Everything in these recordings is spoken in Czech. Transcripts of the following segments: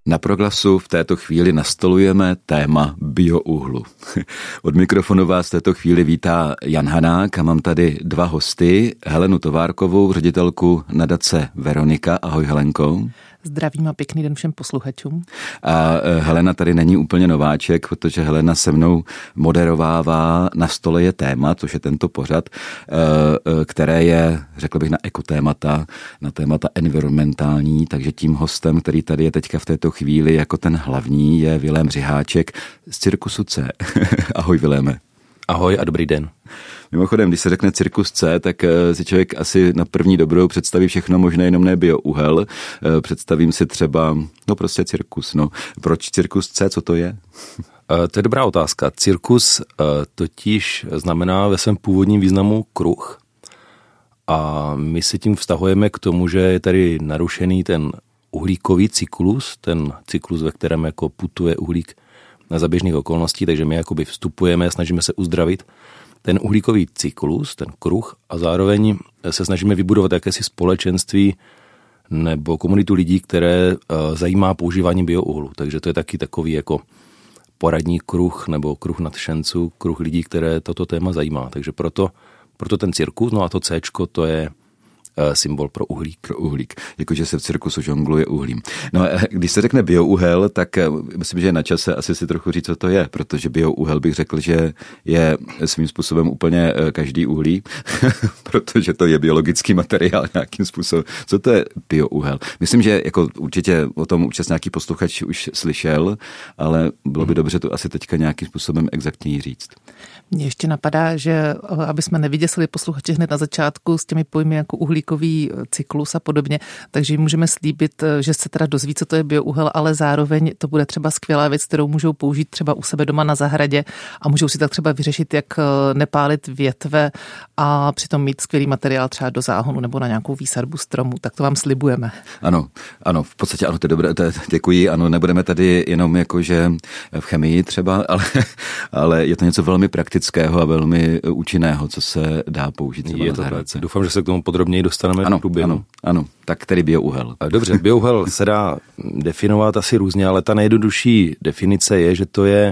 Na Proglasu v této chvíli nastolujeme téma biouhlu. Od mikrofonu vás v této chvíli vítá Jan Hanák a mám tady dva hosty. Helenu Továrkovou, ředitelku nadace Veronika. Ahoj Helenko. Zdravím a pěkný den všem posluchačům. A Helena tady není úplně nováček, protože Helena se mnou moderovává Na stole je téma, což je tento pořad, které je, řekl bych, na ekotémata, na témata environmentální, takže tím hostem, který tady je teďka v této chvíli jako ten hlavní, je Vilém Řiháček z Cirkusu C. Ahoj Viléme. Ahoj a dobrý den. Mimochodem, když se řekne Cirkus C, tak si člověk asi na první dobrou představí všechno možné, jenom ne biouhel. Představím si třeba, prostě cirkus. Proč Cirkus C, co to je? To je dobrá otázka. Cirkus totiž znamená ve svém původním významu kruh. A my se tím vztahujeme k tomu, že je tady narušený ten uhlíkový cyklus, ten cyklus, ve kterém jako putuje uhlík za běžných okolností, takže my jakoby vstupujeme, snažíme se uzdravit ten uhlíkový cyklus, ten kruh, a zároveň se snažíme vybudovat jakési společenství nebo komunitu lidí, které zajímá používání biouhlu. Takže to je taky takový jako poradní kruh nebo kruh nadšenců, kruh lidí, které toto téma zajímá. Takže proto ten cirkus, a to Cčko, to je symbol pro uhlík. Pro uhlík, jakože se v cirkusu žongluje uhlím. Když se řekne biouhel, tak myslím, že je na čase asi si trochu říct, co to je, protože biouhel bych řekl, že je svým způsobem úplně každý uhlí, protože to je biologický materiál nějakým způsobem. Co to je biouhel? Myslím, že jako určitě o tom účast nějaký posluchač už slyšel, ale bylo by dobře to asi teďka nějakým způsobem exaktněji říct. Mně ještě napadá, že aby jsme nevyděsili posluchače hned na začátku s těmi pojmy jako uhlíkový cyklus a podobně, takže jim můžeme slíbit, že se teda dozví, co to je biouhel, ale zároveň to bude třeba skvělá věc, kterou můžou použít třeba u sebe doma na zahradě a můžou si tak třeba vyřešit, jak nepálit větve a přitom mít skvělý materiál třeba do záhonu nebo na nějakou výsadbu stromu. Tak to vám slibujeme. Ano, v podstatě ano, to je dobré, děkuji, ano, nebudeme tady jenom jakože v chemii třeba, ale je to něco velmi praktického a velmi účinného, co se dá použít třeba na zahradce. Doufám, že se k tomu podrobněji dostaneme v průběhu. Ano, tak tedy biouhel. Dobře, biouhel se dá definovat asi různě, ale ta nejjednodušší definice je, že to je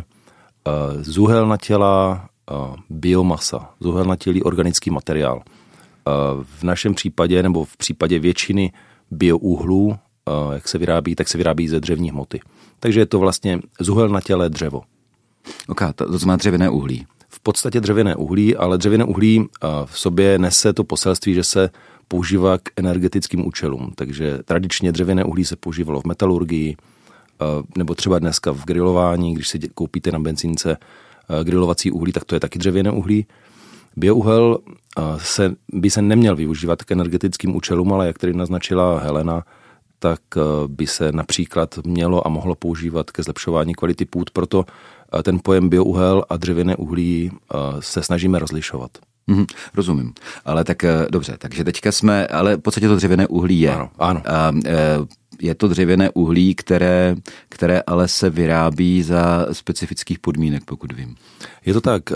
zuhelnatělá biomasa, zuhelnatělý organický materiál. V našem případě, nebo v případě většiny biouhlů, jak se vyrábí, tak se vyrábí ze dřevní hmoty. Takže je to vlastně zuhelnatělé dřevo. To znamená dřevěné uhlí. V podstatě dřevěné uhlí, ale dřevěné uhlí v sobě nese to poselství, že se používá k energetickým účelům. Takže tradičně dřevěné uhlí se používalo v metalurgii, nebo třeba dneska v grilování, když si koupíte na benzínce grilovací uhlí, tak to je taky dřevěné uhlí. Biouhel by se neměl využívat k energetickým účelům, ale jak tady naznačila Helena, tak by se například mělo a mohlo používat ke zlepšování kvality půd. Proto ten pojem biouhel a dřevěné uhlí se snažíme rozlišovat. Rozumím. Ale tak dobře, takže teďka ale v podstatě to dřevěné uhlí je. Ano. Je to dřevěné uhlí, které ale se vyrábí za specifických podmínek, pokud vím. Je to tak,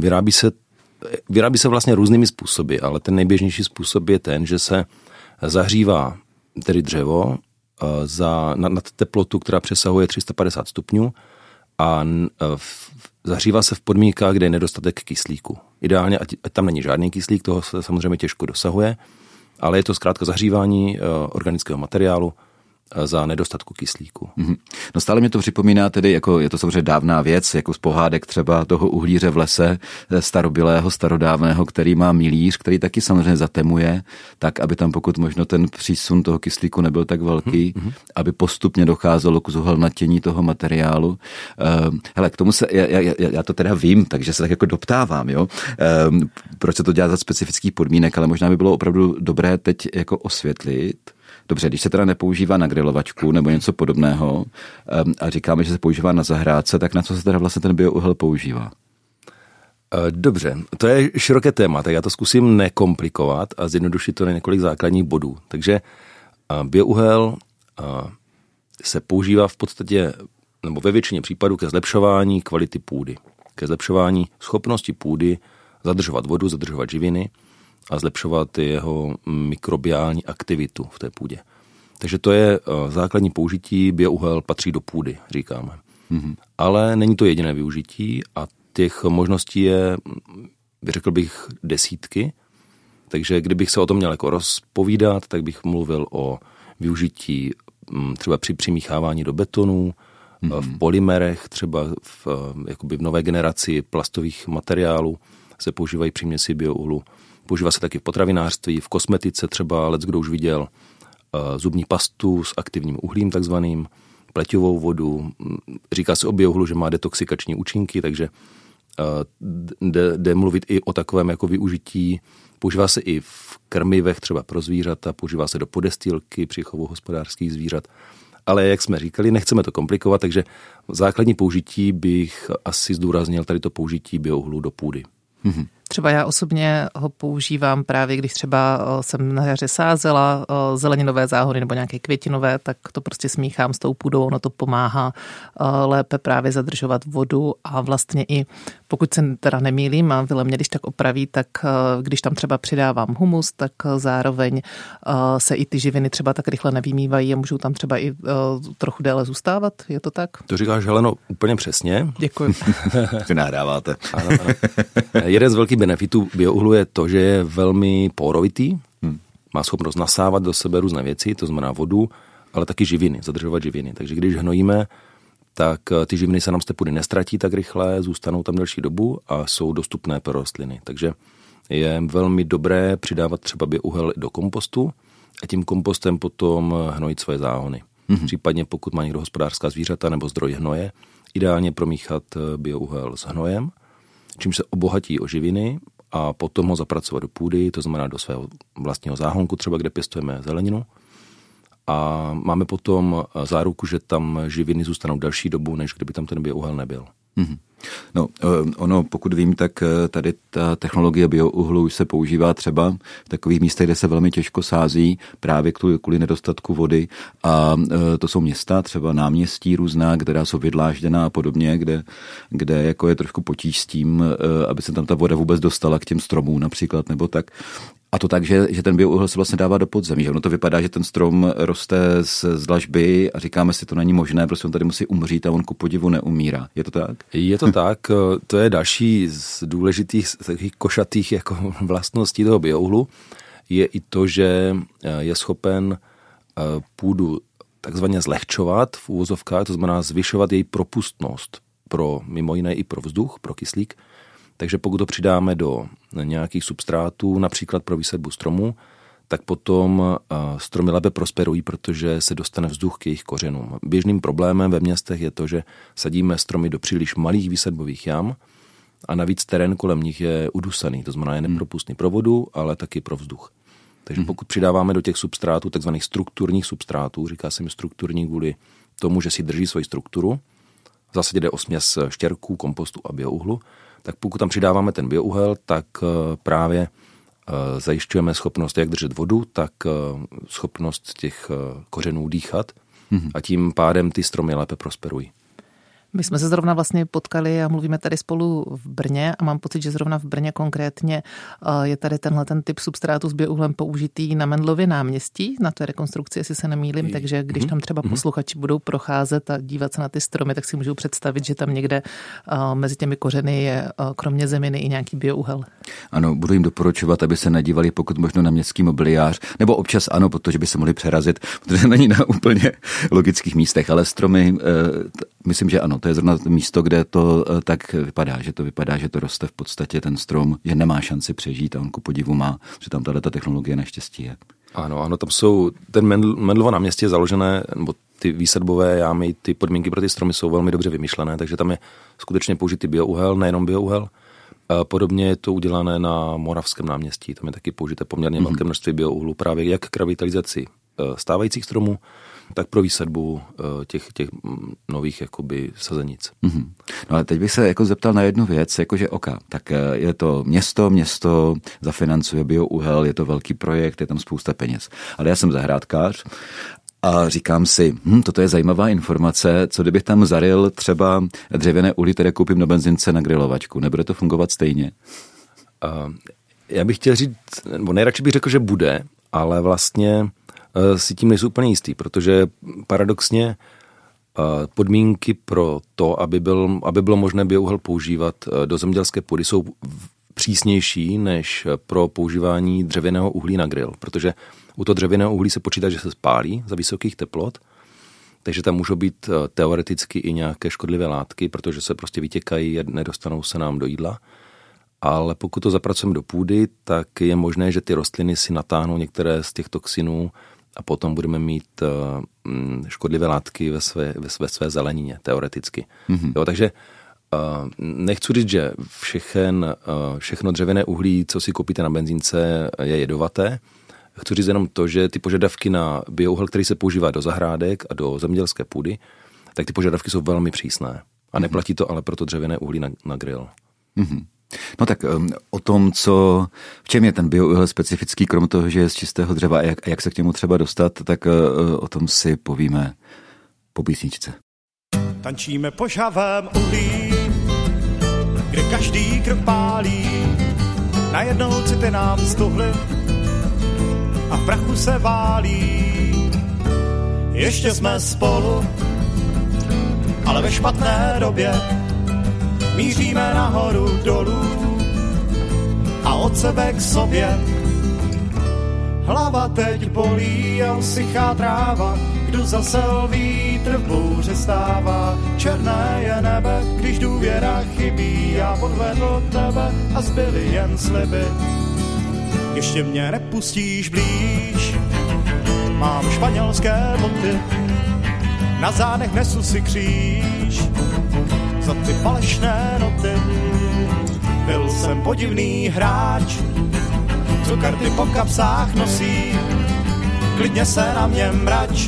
vyrábí se vlastně různými způsoby, ale ten nejběžnější způsob je ten, že se zahřívá tedy dřevo nad teplotu, která přesahuje 350 stupňů a zahřívá se v podmínkách, kde je nedostatek kyslíku. Ideálně, ať tam není žádný kyslík, toho se samozřejmě těžko dosahuje, ale je to zkrátka zahřívání organického materiálu za nedostatku kyslíku. Stále mě to připomíná tedy, jako je to samozřejmě dávná věc, jako z pohádek třeba toho uhlíře v lese, starobylého, starodávného, který má milíř, který taky samozřejmě zatemuje, tak aby tam pokud možno ten přísun toho kyslíku nebyl tak velký, aby postupně docházelo k zuhelnatění toho materiálu. Hele, k tomu já to teda vím, takže se tak jako doptávám, jo? Proč se to dělá za specifických podmínek, ale možná by bylo opravdu dobré teď jako osvětlit. Dobře, když se teda nepoužívá na grilovačku nebo něco podobného a říkáme, že se používá na zahrádce, tak na co se teda vlastně ten biouhel používá? Dobře, to je široké téma, tak já to zkusím nekomplikovat a zjednodušit to na několik základních bodů. Takže biouhel se používá v podstatě, nebo ve většině případů ke zlepšování kvality půdy, ke zlepšování schopnosti půdy zadržovat vodu, zadržovat živiny a zlepšovat jeho mikrobiální aktivitu v té půdě. Takže to je základní použití, biouhel patří do půdy, říkáme. Ale není to jediné využití a těch možností je, řekl bych, desítky. Takže kdybych se o tom měl jako rozpovídat, tak bych mluvil o využití třeba při přimíchávání do betonu, v polymerech, třeba jakoby v nové generaci plastových materiálů se používají příměsi biouhlu. Používá se taky v potravinářství, v kosmetice třeba, leckdo už viděl zubní pastu s aktivním uhlím takzvaným, pleťovou vodu. Říká se o biouhlu, že má detoxikační účinky, takže jde mluvit i o takovém jako využití. Používá se i v krmivech třeba pro zvířata, používá se do podestýlky při chovu hospodářských zvířat. Ale jak jsme říkali, nechceme to komplikovat, takže základní použití bych asi zdůraznil tady to použití biouhlu do půdy. Třeba já osobně ho používám právě, když třeba jsem na jaře sázela zeleninové záhony nebo nějaké květinové, tak to prostě smíchám s tou půdou, ono to pomáhá lépe právě zadržovat vodu a vlastně i pokud se teda nemýlím a Vilém mě když tak opraví, tak když tam třeba přidávám humus, tak zároveň se i ty živiny třeba tak rychle nevymývají a můžou tam třeba i trochu déle zůstávat, je to tak? To říkáš, Heleno, úplně přesně. Děkuji. Ty nahráváte. Ano. Jeden z velkých benefitů biouhlu je to, že je velmi porovitý, má schopnost nasávat do sebe různé věci, to znamená vodu, ale taky živiny, zadržovat živiny. Takže když hnojíme, tak ty živiny se nám z té půdy nestratí tak rychle, zůstanou tam delší dobu a jsou dostupné pro rostliny. Takže je velmi dobré přidávat třeba biouhel do kompostu a tím kompostem potom hnojit své záhony. Případně pokud má někdo hospodářská zvířata nebo zdroj hnoje, ideálně promíchat biouhel s hnojem, čím se obohatí o živiny a potom ho zapracovat do půdy, to znamená do svého vlastního záhonku, třeba kde pěstujeme zeleninu. A máme potom záruku, že tam živiny zůstanou delší dobu, než kdyby tam ten biouhel nebyl. No, ono, pokud vím, tak tady ta technologie biouhlu už se používá třeba v takových místech, kde se velmi těžko sází právě kvůli nedostatku vody a to jsou města, třeba náměstí různá, která jsou vydlážděná a podobně, kde jako je trošku potíž s tím, aby se tam ta voda vůbec dostala k těm stromům například nebo tak. A to tak, že ten biouhel se vlastně dává do podzemí. Že ono to vypadá, že ten strom roste z dlažby a říkáme si, to není možné, prostě on tady musí umřít a on ku podivu neumírá. Je to tak? Je to tak. To je další z důležitých takových košatých jako vlastností toho biouhlu. Je i to, že je schopen půdu takzvaně zlehčovat v úvozovkách, to znamená zvyšovat její propustnost pro mimo jiné i pro vzduch, pro kyslík. Takže pokud to přidáme do nějakých substrátů, například pro výsadbu stromů, tak potom stromy lépe prosperují, protože se dostane vzduch k jejich kořenům. Běžným problémem ve městech je to, že sadíme stromy do příliš malých výsadbových jam a navíc terén kolem nich je udusaný, to znamená je nepropustný pro vodu, ale taky pro vzduch. Takže pokud přidáváme do těch substrátů, takzvaných strukturních substrátů, říká se mi strukturní kvůli tomu, že si drží svoji strukturu, v zásadě jde o směs štěrků, kompostu a biouhlu, tak pokud tam přidáváme ten biouhel, tak právě zajišťujeme schopnost jak držet vodu, tak schopnost těch kořenů dýchat a tím pádem ty stromy lépe prosperují. My jsme se zrovna vlastně potkali a mluvíme tady spolu v Brně a mám pocit, že zrovna v Brně konkrétně je tady ten typ substrátu s biouhlem použitý na Mendlově náměstí, na té rekonstrukci, jestli se nemýlím, takže když tam třeba posluchači budou procházet a dívat se na ty stromy, tak si můžou představit, že tam někde mezi těmi kořeny je kromě zeminy i nějaký biouhel. Ano, budu jim doporučovat, aby se nadívali pokud možno na městský mobiliář, nebo občas ano, protože by se mohli přerazit, protože není na úplně logických místech, ale stromy, myslím, že ano, to je zrovna místo, kde to tak vypadá, že to roste v podstatě ten strom, že nemá šanci přežít a on ku podivu má, že tam tato technologie naštěstí je. Ano, tam jsou, ten Mendlovo náměstí je založené, nebo ty výsadbové jámy, ty podmínky pro ty stromy jsou velmi dobře vymyšlené, takže tam je skutečně použitý biouhel, nejenom biouhel. Podobně je to udělané na Moravském náměstí, tam je taky použité poměrně velké množství biouhlu právě jak k revitalizaci stávajících stromů, tak pro výsadbu těch nových jakoby sazenic. No ale teď bych se jako zeptal na jednu věc, jakože tak je to město zafinancuje biouhel, je to velký projekt, je tam spousta peněz. Ale já jsem zahrádkář a říkám si, toto je zajímavá informace, co kdybych tam zaryl třeba dřevěné uhlí, které koupím na benzince na grilovačku, nebude to fungovat stejně? Já bych chtěl říct, nebo nejradši bych řekl, že bude, ale vlastně si tím nejsou úplně jistý, protože paradoxně podmínky pro to, aby bylo možné biouhel používat do zemědělské půdy, jsou přísnější než pro používání dřevěného uhlí na grill, protože u toho dřevěného uhlí se počítá, že se spálí za vysokých teplot, takže tam můžou být teoreticky i nějaké škodlivé látky, protože se prostě vytěkají a nedostanou se nám do jídla. Ale pokud to zapracujeme do půdy, tak je možné, že ty rostliny si natáhnou některé z těch toxinů a potom budeme mít škodlivé látky ve své zelenině, teoreticky. Mm-hmm. Jo, takže nechci říct, že všechno dřevěné uhlí, co si koupíte na benzínce, je jedovaté. Chci říct jenom to, že ty požadavky na biouhel, který se používá do zahrádek a do zemědělské půdy, tak ty požadavky jsou velmi přísné. A neplatí to ale pro to dřevěné uhlí na grill. Mm-hmm. No tak o tom, v čem je ten biouhel specifický, krom toho, že je z čistého dřeva a jak se k němu třeba dostat, tak o tom si povíme po písničce. Tančíme po žhavém uhlí, kde každý krok pálí, najednou city nám stuhly a v prachu se válí. Ještě jsme spolu, ale ve špatné době míříme nahoru dolů a od sebe k sobě. Hlava teď bolí a usychá tráva, kdo zasel vítr v bouře stává. Černé je nebe, když důvěra chybí, já podvedl tebe a zbyly jen sliby. Ještě mě nepustíš blíž, mám španělské boty, na zádech nesu si kříž za ty falešné noty. Byl jsem podivný hráč, co karty po kapsách nosí, klidně se na mě mrač,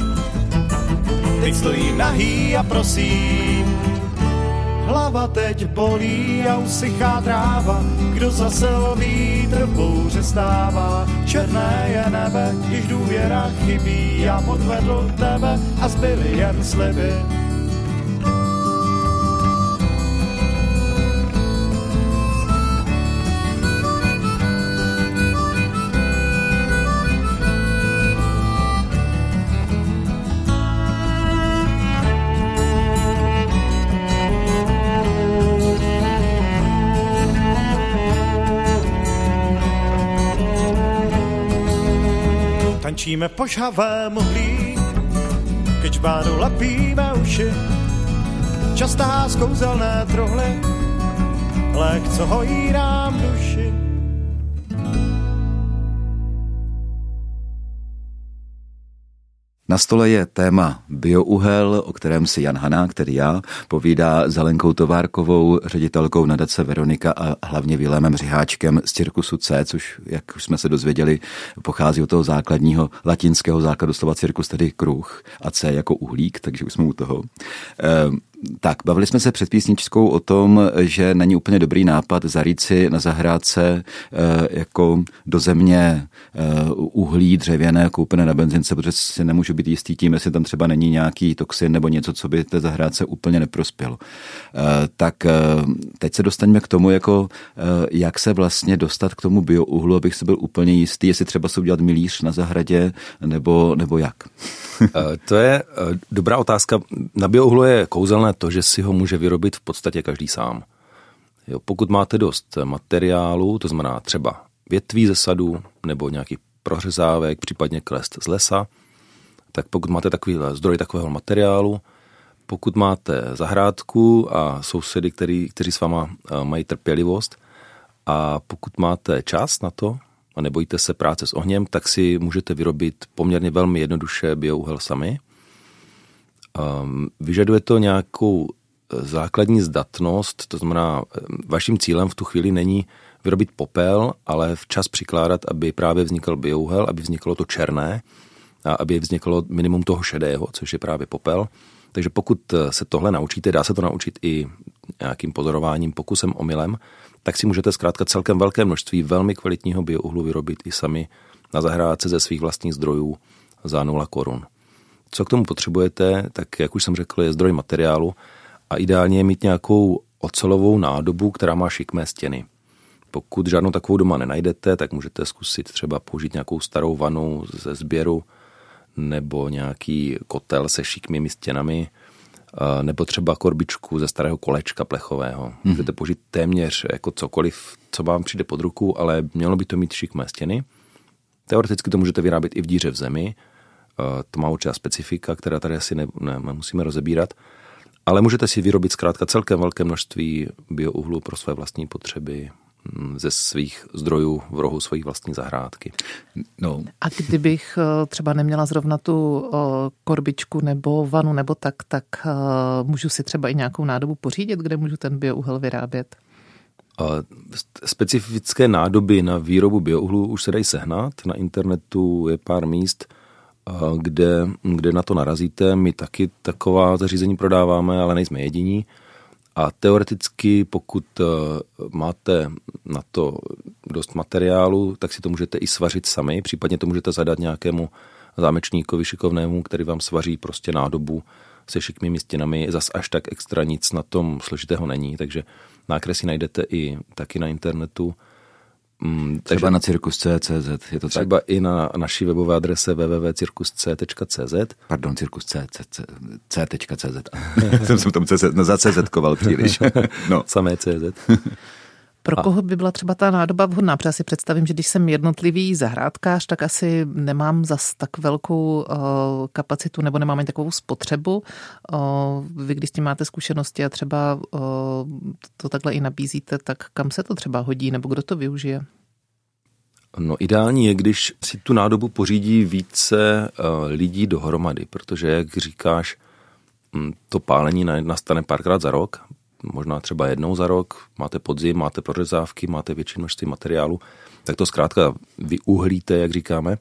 teď stojím nahý a prosím. Hlava teď bolí a usychá tráva, kdo zasel vítr v bouře stává. Černé je nebe, když důvěra chybí, já podvedl tebe a zbyly jen sliby. Tančíme po žhavém uhlí, keď žbáru lepíme uši, častá z kouzelné truhly, lék, co hojí nám duši. Na stole je téma biouhel, o kterém si Jan Hanák, tedy já, povídá s Alenkou Továrkovou, ředitelkou nadace Veronika a hlavně Vilémem Řiháčkem z Cirkusu C, což, jak už jsme se dozvěděli, pochází od toho základního latinského základu slova cirkus, tedy kruh, a C jako uhlík, takže už jsme u toho. Tak, bavili jsme se před písničkou o tom, že není úplně dobrý nápad zarýt si na zahrádce jako do země uhlí dřevěné koupené na benzince, protože si nemůžu být jistý tím, jestli tam třeba není nějaký toxin nebo něco, co by té zahrádce úplně neprospělo. Tak teď se dostaňme k tomu, jako jak se vlastně dostat k tomu biouhlu, abych si byl úplně jistý, jestli třeba se udělat milíř na zahradě nebo jak. To je dobrá otázka. Na biouhlu je kouzelné to, že si ho může vyrobit v podstatě každý sám. Jo, pokud máte dost materiálu, to znamená třeba větví ze sadu nebo nějaký prořezávek, případně klest z lesa, tak pokud máte takový zdroj takového materiálu, pokud máte zahrádku a sousedy, kteří s váma mají trpělivost a pokud máte čas na to a nebojíte se práce s ohněm, tak si můžete vyrobit poměrně velmi jednoduše biouhel sami. Vyžaduje to nějakou základní zdatnost, to znamená, vaším cílem v tu chvíli není vyrobit popel, ale včas přikládat, aby právě vznikl biouhel, aby vzniklo to černé a aby vzniklo minimum toho šedého, což je právě popel. Takže pokud se tohle naučíte, dá se to naučit i nějakým pozorováním, pokusem, omylem, tak si můžete zkrátka celkem velké množství velmi kvalitního biouhlu vyrobit i sami na zahrádce ze svých vlastních zdrojů za 0 korun. Co k tomu potřebujete, tak jak už jsem řekl, je zdroj materiálu a ideálně je mít nějakou ocelovou nádobu, která má šikmé stěny. Pokud žádnou takovou doma nenajdete, tak můžete zkusit třeba použít nějakou starou vanu ze sběru nebo nějaký kotel se šikmými stěnami, nebo třeba korbičku ze starého kolečka plechového. Můžete použít téměř jako cokoliv, co vám přijde pod ruku, ale mělo by to mít šikmé stěny. Teoreticky to můžete vyrábět i v díře v zemi. To má určitá specifika, která tady asi nemusíme rozebírat. Ale můžete si vyrobit zkrátka celkem velké množství biouhlu pro své vlastní potřeby ze svých zdrojů v rohu svojí vlastní zahrádky. No. A kdybych třeba neměla zrovna tu korbičku nebo vanu nebo tak můžu si třeba i nějakou nádobu pořídit, kde můžu ten biouhel vyrábět? Specifické nádoby na výrobu biouhlu už se dají sehnat. Na internetu je pár míst, kde na to narazíte. My taky taková zařízení prodáváme, ale nejsme jediní. A teoreticky, pokud máte na to dost materiálu, tak si to můžete i svařit sami. Případně to můžete zadat nějakému zámečníkovi šikovnému, který vám svaří prostě nádobu se šikmými stěnami. Zas až tak extra nic na tom složitého není, takže nákresy najdete i taky na internetu. Třeba na cirkus.cz, je to třeba tak? i na naší webové adrese www.cirkusc.cz. Pardon, cirkus.cz. Jsem tam zacz-koval příliš. No. Samé CZ. Pro koho by byla třeba ta nádoba vhodná? Protože si představím, že když jsem jednotlivý zahrádkář, tak asi nemám zas tak velkou kapacitu nebo nemám ani takovou spotřebu. Vy, když s tím máte zkušenosti a třeba to takhle i nabízíte, tak kam se to třeba hodí nebo kdo to využije? No ideální je, když si tu nádobu pořídí více lidí dohromady, protože jak říkáš, to pálení nastane párkrát za rok, možná třeba jednou za rok, máte podzim, máte prořezávky, máte větší množství materiálu, tak to zkrátka vyuhlíte, jak říkáme,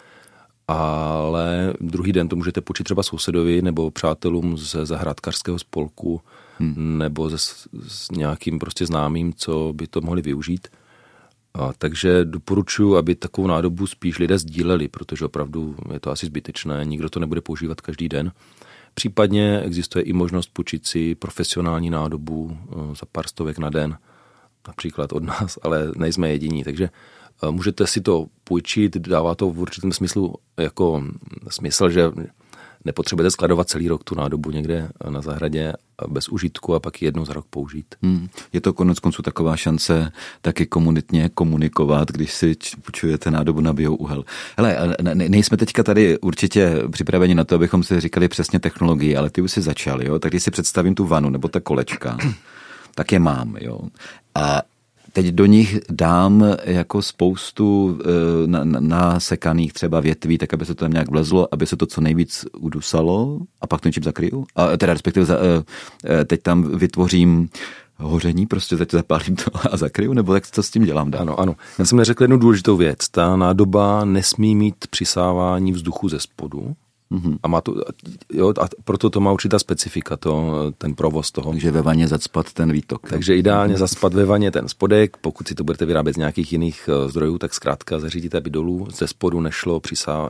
ale druhý den to můžete půjčit třeba sousedovi nebo přátelům ze zahrádkářského spolku nebo s nějakým prostě známým, co by to mohli využít. Takže doporučuji, aby takovou nádobu spíš lidé sdíleli, protože opravdu je to asi zbytečné, nikdo to nebude používat každý den. Případně existuje i možnost půjčit si profesionální nádobu za pár stovek na den, například od nás, ale nejsme jediní, takže můžete si to půjčit, dává to v určitém smyslu jako smysl, že nepotřebujete skladovat celý rok tu nádobu někde na zahradě bez užitku a pak ji jednou za rok použít. Je to koneckonců taková šance taky komunitně komunikovat, když si půjčujete nádobu na biouhel. Hele, nejsme teďka tady určitě připraveni na to, abychom si říkali přesně technologii, ale ty už si začal, jo? Tak když si představím tu vanu nebo ta kolečka, tak je mám, jo. A teď do nich dám jako spoustu nasekaných třeba větví, tak aby se to tam nějak vlezlo, aby se to co nejvíc udusalo a pak to něčím zakryju. A teda respektive teď tam vytvořím hoření, prostě teď zapálím to a zakryju, nebo tak co s tím dělám dál? Ano. Já jsem neřekl jednu důležitou věc. Ta nádoba nesmí mít přisávání vzduchu ze spodu. A má to, jo, a proto to má určitá specifika, ten provoz toho. Takže ve vaně zacpat ten výtok. Takže ideálně zacpat ve vaně ten spodek, pokud si to budete vyrábět z nějakých jiných zdrojů, tak zkrátka zařídíte, aby dolů ze spodu nešlo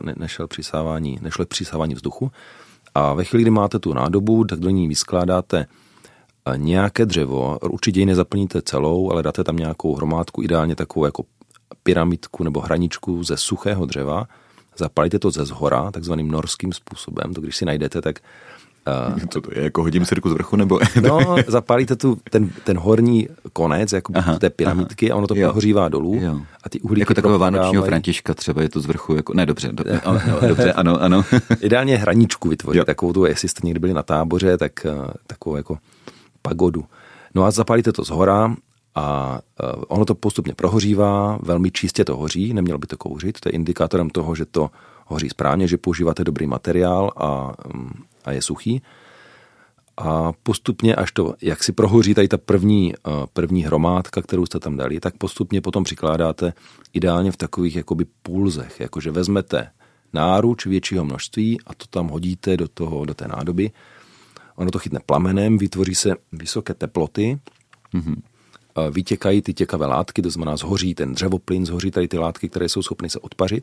přisávání vzduchu. A ve chvíli, kdy máte tu nádobu, tak do ní vyskládáte nějaké dřevo, určitě ji nezaplníte celou, ale dáte tam nějakou hromádku, ideálně takovou jako pyramidku nebo hraničku ze suchého dřeva. Zapálíte to ze zhora, takzvaným norským způsobem. To když si najdete, tak... Co to je, jako hodím cirku z vrchu, nebo... No, zapálíte ten horní konec, jako té pyramidky a ono to pohořívá dolů. Jo. A ty uhlíky jako takového vánočního Františka třeba je to z vrchu, jako... Ne, dobře, dobře, ano. Ideálně hraničku vytvořit, takovou tu, jestli jste někdy byli na táboře, tak takovou jako pagodu. No a zapálíte to zhora a ono to postupně prohořívá, velmi čistě to hoří, nemělo by to kouřit, to je indikátorem toho, že to hoří správně, že používáte dobrý materiál a je suchý. A postupně, až to, jak si prohoří tady ta první hromádka, kterou jste tam dali, tak postupně potom přikládáte ideálně v takových jakoby pulzech, jakože vezmete náruč většího množství a to tam hodíte do té nádoby. Ono to chytne plamenem, vytvoří se vysoké teploty, vytěkají ty těkavé látky, to znamená zhoří ten dřevoplyn, zhoří tady ty látky, které jsou schopny se odpařit.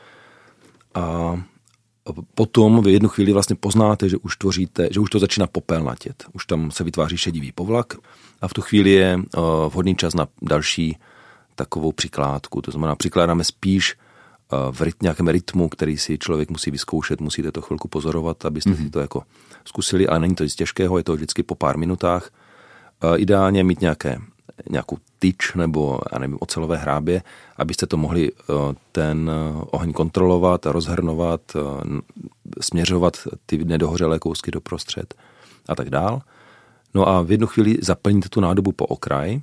A potom v jednu chvíli vlastně poznáte, že už to začíná popelnatět. Už tam se vytváří šedivý povlak a v tu chvíli je vhodný čas na další takovou přikládku. To znamená, přikládáme spíš v nějakém rytmu, který si člověk musí vyzkoušet, musíte to chvilku pozorovat, abyste si to jako zkusili, ale není to nic těžkého, je to vždycky po pár minutách. Ideálně mít nějakou tyč nebo, já nevím, ocelové hrábě, abyste to mohli ten oheň kontrolovat, rozhrnovat, směřovat ty nedohořelé kousky doprostřed a tak dál. No a v jednu chvíli zaplníte tu nádobu po okraj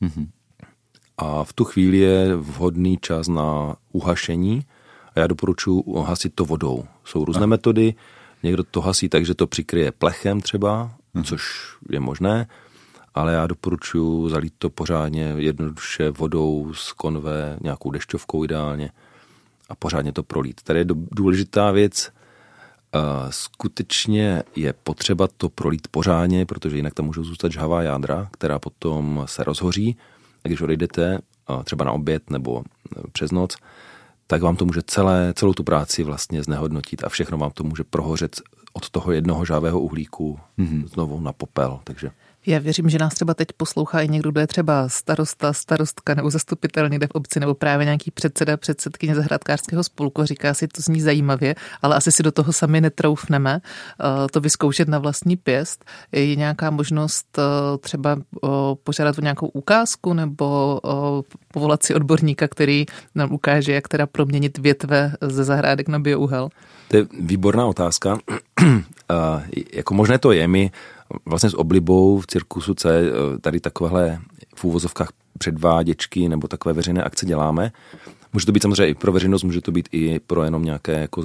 a v tu chvíli je vhodný čas na uhašení a já doporučuji hasit to vodou. Jsou různé metody, někdo to hasí tak, že to přikryje plechem třeba, což je možné, ale já doporučuji zalít to pořádně jednoduše vodou z konve, nějakou dešťovkou ideálně a pořádně to prolít. Tady je důležitá věc, skutečně je potřeba to prolít pořádně, protože jinak tam můžou zůstat žhavá jádra, která potom se rozhoří a když odejdete třeba na oběd nebo přes noc, tak vám to může celou tu práci vlastně znehodnotit a všechno vám to může prohořet od toho jednoho žhavého uhlíku znovu na popel, takže... Já věřím, že nás třeba teď poslouchá i někdo, kdo je třeba starosta, starostka nebo zastupitel někde v obci nebo právě nějaký předsedkyně zahrádkářského spolku. Říká si, to zní zajímavě, ale asi si do toho sami netroufneme to vyzkoušet na vlastní pěst. Je nějaká možnost třeba požádat o nějakou ukázku nebo povolat si odborníka, který nám ukáže, jak teda proměnit větve ze zahrádek na biouhel? To je výborná otázka. Jako možné to je, my vlastně s oblibou v Cirkusu C tady takovéhle v úvozovkách předváděčky nebo takové veřejné akce děláme. Může to být samozřejmě i pro veřejnost, může to být i pro jenom nějaké jako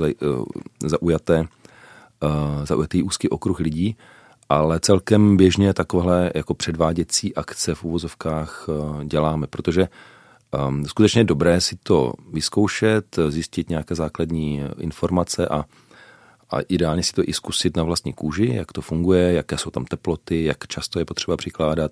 zaujatý úzký okruh lidí, ale celkem běžně takovéhle jako předváděcí akce v úvozovkách děláme, protože skutečně je dobré si to vyzkoušet, zjistit nějaké základní informace a ideálně si to i zkusit na vlastní kůži, jak to funguje, jaké jsou tam teploty, jak často je potřeba přikládat.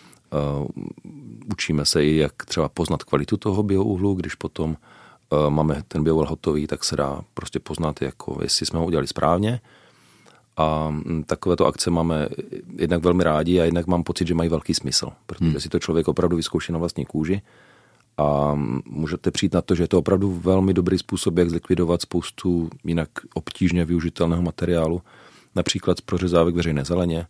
Učíme se i, jak třeba poznat kvalitu toho biouhlu, když potom máme ten biouhl hotový, tak se dá prostě poznat, jako jestli jsme ho udělali správně. A takovéto akce máme jednak velmi rádi a jednak mám pocit, že mají velký smysl, protože si to člověk opravdu vyzkouší na vlastní kůži. A můžete přijít na to, že je to opravdu velmi dobrý způsob, jak zlikvidovat spoustu jinak obtížně využitelného materiálu, například z prořezávek veřejné zeleně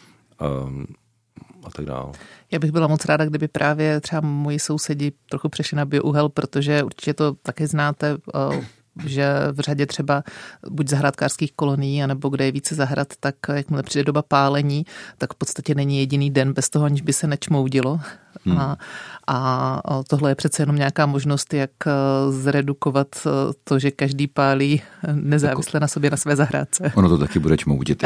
a tak dále. Já bych byla moc ráda, kdyby právě třeba moji sousedi trochu přešli na biouhel, protože určitě to taky znáte, že v řadě třeba buď zahrádkářských kolonií, anebo kde je více zahrad, tak jakmile přijde doba pálení, tak v podstatě není jediný den bez toho, aniž by se nečmoudilo. A tohle je přece jenom nějaká možnost, jak zredukovat to, že každý pálí nezávisle na sobě na své zahrádce. Ono to taky bude čmoudit.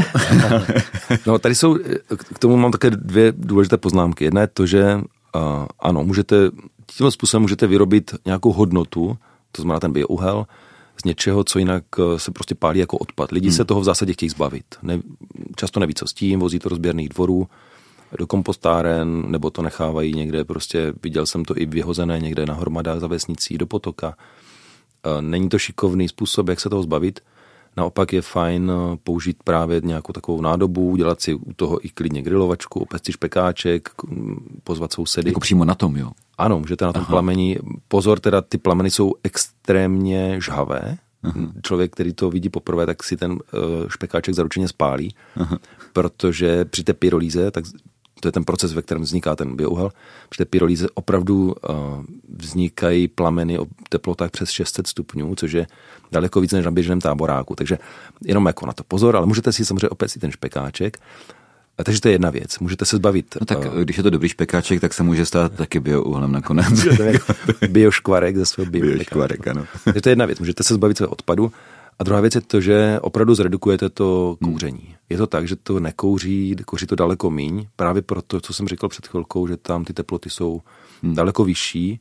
No, tady jsou, k tomu mám také dvě důležité poznámky. Jedna je to, že ano, tímhle způsobem můžete vyrobit nějakou hodnotu, to znamená ten biouhel, z něčeho, co jinak se prostě pálí jako odpad. Lidi se toho v zásadě chtějí zbavit. Často neví, co s tím, vozí to do sběrných dvorů, do kompostáren, nebo to nechávají někde, prostě viděl jsem to i vyhozené někde na hromadách za vesnicí, do potoka. Není to šikovný způsob, jak se toho zbavit. Naopak je fajn použít právě nějakou takovou nádobu, udělat si u toho i klidně grilovačku, opéct si špekáček, pozvat sousedy. Jako přímo na tom, jo? Ano, můžete na tom plameni. Pozor, teda ty plameny jsou extrémně žhavé. Člověk, který to vidí poprvé, tak si ten špekáček zaručeně spálí, protože při té pyrolíze, tak to je ten proces, ve kterém vzniká ten biouhel, při té pyrolíze opravdu vznikají plameny o teplotách přes 600 stupňů, což je daleko víc než na běžném táboráku. Takže jenom jako na to pozor, ale můžete si samozřejmě opět si ten špekáček. Takže to je jedna věc. Můžete se zbavit. No tak když je to dobrý špekáček, tak se může stát taky biouhlem nakonec. Bioškvarek ze svého bioškvarek, ano. Takže to je jedna věc. Můžete se zbavit svého odpadu. A druhá věc je to, že opravdu zredukujete to kouření. Je to tak, že to nekouří, kouří to daleko míň. Právě proto, co jsem říkal před chvilkou, že tam ty teploty jsou daleko vyšší,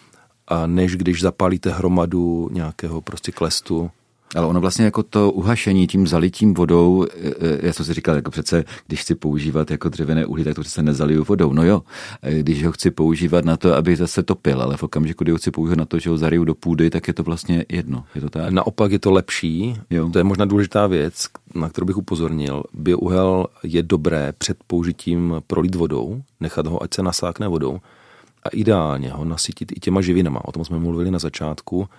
než když zapálíte hromadu nějakého prostě klestu. Ale ono vlastně jako to uhašení tím zalitím vodou, já jsem si říkal, jako přece, když chci používat jako dřevěné uhlí, tak to přece nezaliju vodou. No jo, když ho chci používat na to, aby zase topil, ale v okamžiku, kdy ho chci používat na to, že ho zariju do půdy, tak je to vlastně jedno. Je to tak? Naopak je to lepší. Jo. To je možná důležitá věc, na kterou bych upozornil. Biouhel je dobré před použitím prolít vodou, nechat ho, ať se nasákne vodou a ideálně ho nasytit i těma živinama. O tom jsme mluvili na začátku.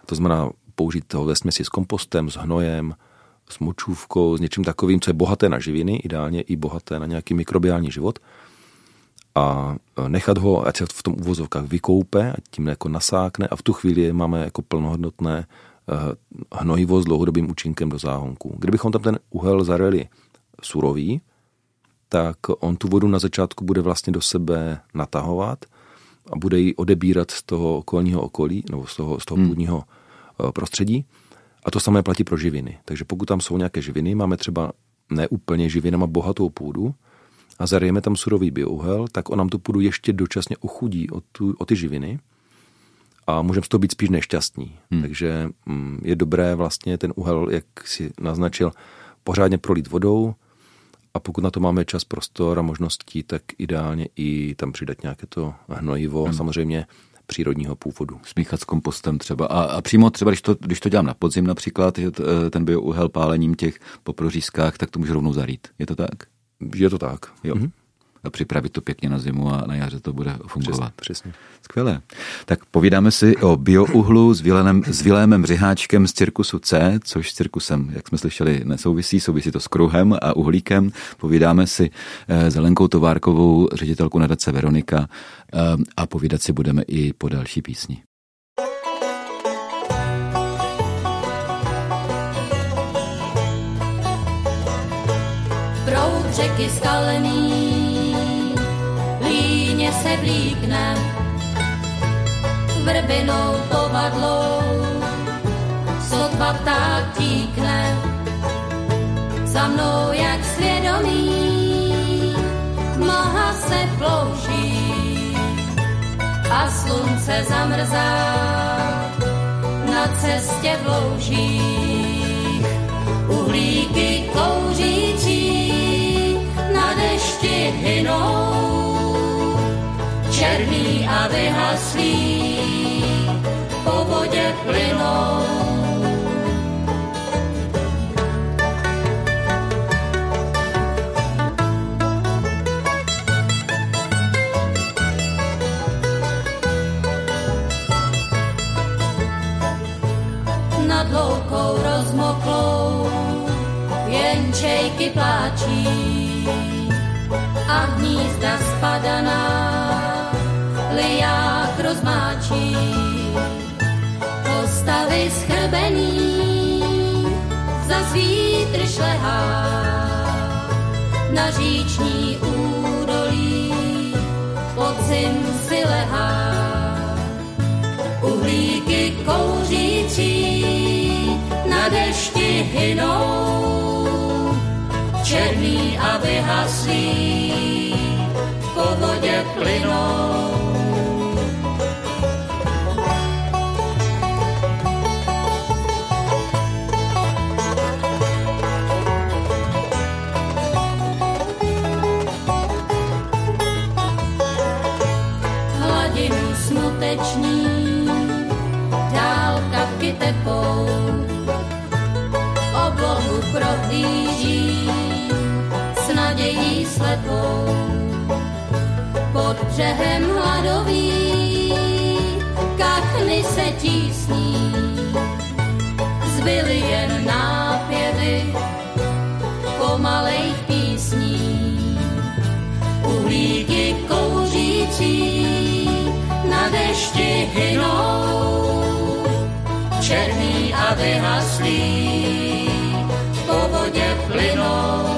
To znamená použít toho ve směsi s kompostem, s hnojem, s močůvkou, s něčím takovým, co je bohaté na živiny, ideálně i bohaté na nějaký mikrobiální život. A nechat ho, ať se v tom uvozovkách vykoupe, ať tím jako nasákne a v tu chvíli máme jako plnohodnotné hnojivo s dlouhodobým účinkem do záhonku. Kdybychom tam ten uhel zareli surový, tak on tu vodu na začátku bude vlastně do sebe natahovat a bude ji odebírat z toho okolního okolí, nebo z toho půdního prostředí. A to samé platí pro živiny. Takže pokud tam jsou nějaké živiny, máme třeba neúplně živinama bohatou půdu a zarijeme tam surový biouhel, tak on nám tu půdu ještě dočasně ochudí o ty živiny a můžeme z toho být spíš nešťastní. Takže je dobré vlastně ten uhel, jak si naznačil, pořádně prolít vodou a pokud na to máme čas, prostor a možností, tak ideálně i tam přidat nějaké to hnojivo, samozřejmě přírodního původu. Smíchat s kompostem třeba. A přímo třeba, když to dělám na podzim například, že ten biouhel pálením těch po prořízkách, tak to může rovnou zarít. Je to tak? Je to tak. Jo. A připravit to pěkně na zimu a na jaře to bude fungovat. Přesně. Skvělé. Tak povídáme si o biouhlu s Vilémem Řiháčkem z Cirkusu C, což s cirkusem, jak jsme slyšeli, nesouvisí, souvisí to s kruhem a uhlíkem. Povídáme si s Helenkou Továrkovou, ředitelku nadace Veronika, a povídat si budeme i po další písni. Proud řeky skalný, líně se vlíkne, vrbinou povadlou, sotva pták tíkne, za mnou jak svědomí, mlha se plouží a slunce zamrzá na cestě v loužích, uhlíky kouřící na dešti hynou, černý a vyhaslý po vodě plynou. Nad loukou rozmoklou jen čejky pláčí a hnízda spadaná liják rozmáčí. Postavy schrbený zas vítr šlehá na říční údolí, podzim si lehá. Uhlíky kouřící na dešti hynou, černý a vyhaslý po vodě plynou. Hladinu smuteční dál kapky tepou, oblohu prohlíží s nadějí slepou. Pod břehem hladový kachny se tísní, zbyly jen nápěvy pomalejch písní. Uhlíky kouřící na dešti hynou, černý a vyhaslý po vodě plynou.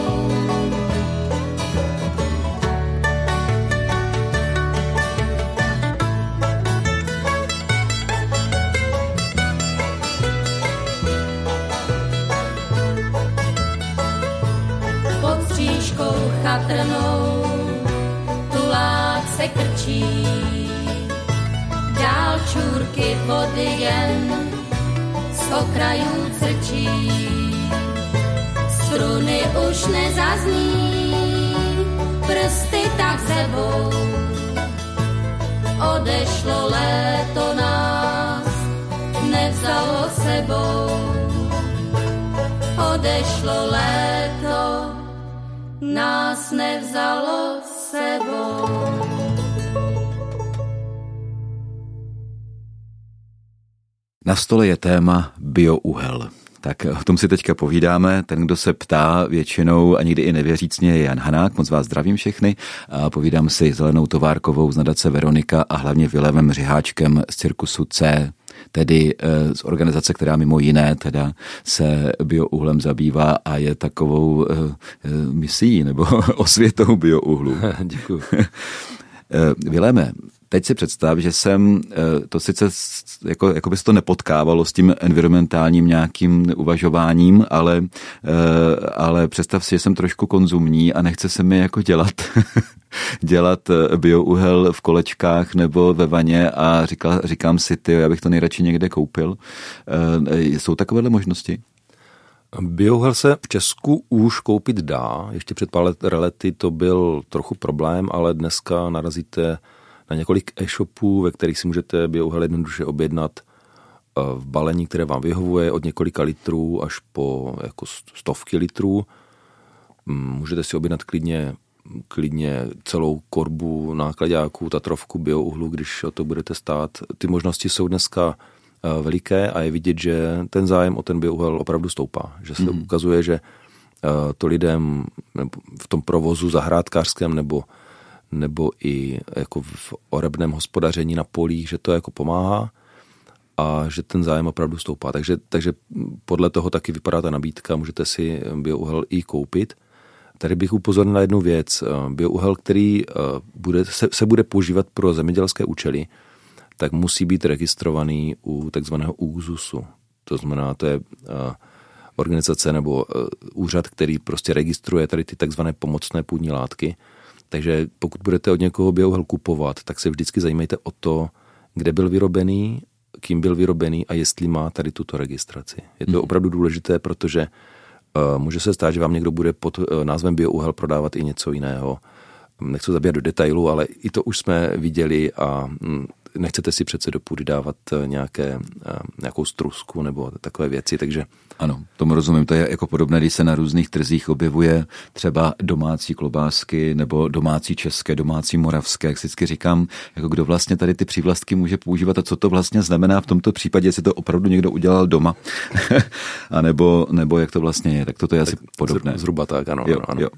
Pod střížkou chatrnou tulák se krčí, dál čůrky vody jen z okrajů crčí. Struny už nezazní, prsty tak sebou. Odešlo léto nás, nevzalo sebou. Odešlo léto, nás nevzalo sebou. sebou. Na stole je téma biouhel. Tak o tom si teďka povídáme. Ten, kdo se ptá většinou a nikdy i nevěřícně, je Jan Hanák. Moc vás zdravím všechny. A povídám si s Helenou Továrkovou z nadace Veronika a hlavně Vilémem Řiháčkem z Cirkusu C, tedy z organizace, která mimo jiné teda se biouhlem zabývá a je takovou misií nebo osvětou biouhlu. Děkuji. Viléme, teď si představ, že jsem to sice jako by se to nepotkávalo s tím environmentálním nějakým uvažováním, ale představ si, že jsem trošku konzumní a nechce se mi jako dělat biouhel v kolečkách nebo ve vaně a říkám si, já bych to nejradši někde koupil. Jsou takovéhle možnosti? Biouhel se v Česku už koupit dá. Ještě před pár lety to byl trochu problém, ale dneska narazíte na několik e-shopů, ve kterých si můžete biouhel jednoduše objednat v balení, které vám vyhovuje, od několika litrů až po jako stovky litrů. Můžete si objednat klidně celou korbu nákladáků, tatrovku biouhlu, když o to budete stát. Ty možnosti jsou dneska veliké a je vidět, že ten zájem o ten biouhel opravdu stoupá. Že se ukazuje, že to lidem v tom provozu zahrádkářském nebo i jako v orebném hospodaření na polích, že to jako pomáhá a že ten zájem opravdu stoupá. Takže podle toho taky vypadá ta nabídka, můžete si biouhel i koupit. Tady bych upozornil na jednu věc. Biouhel, který se bude používat pro zemědělské účely, tak musí být registrovaný u takzvaného ÚKZÚZu. To znamená, to je organizace nebo úřad, který prostě registruje tady ty takzvané pomocné půdní látky. Takže pokud budete od někoho biouhel kupovat, tak se vždycky zajímejte o to, kde byl vyrobený, kým byl vyrobený a jestli má tady tuto registraci. Je to opravdu důležité, protože může se stát, že vám někdo bude pod názvem biouhel prodávat i něco jiného. Nechci zabíhat do detailu, ale i to už jsme viděli a nechcete si přece do půdy dávat nějakou strusku nebo takové věci, takže... Ano, tomu rozumím. To je jako podobné, když se na různých trzích objevuje třeba domácí klobásky nebo domácí české, domácí moravské. Jak si vždycky říkám, jako kdo vlastně tady ty přívlastky může používat a co to vlastně znamená v tomto případě, jestli to opravdu někdo udělal doma, a nebo jak to vlastně je. Tak toto je asi podobné. Zhruba tak, ano. Jo.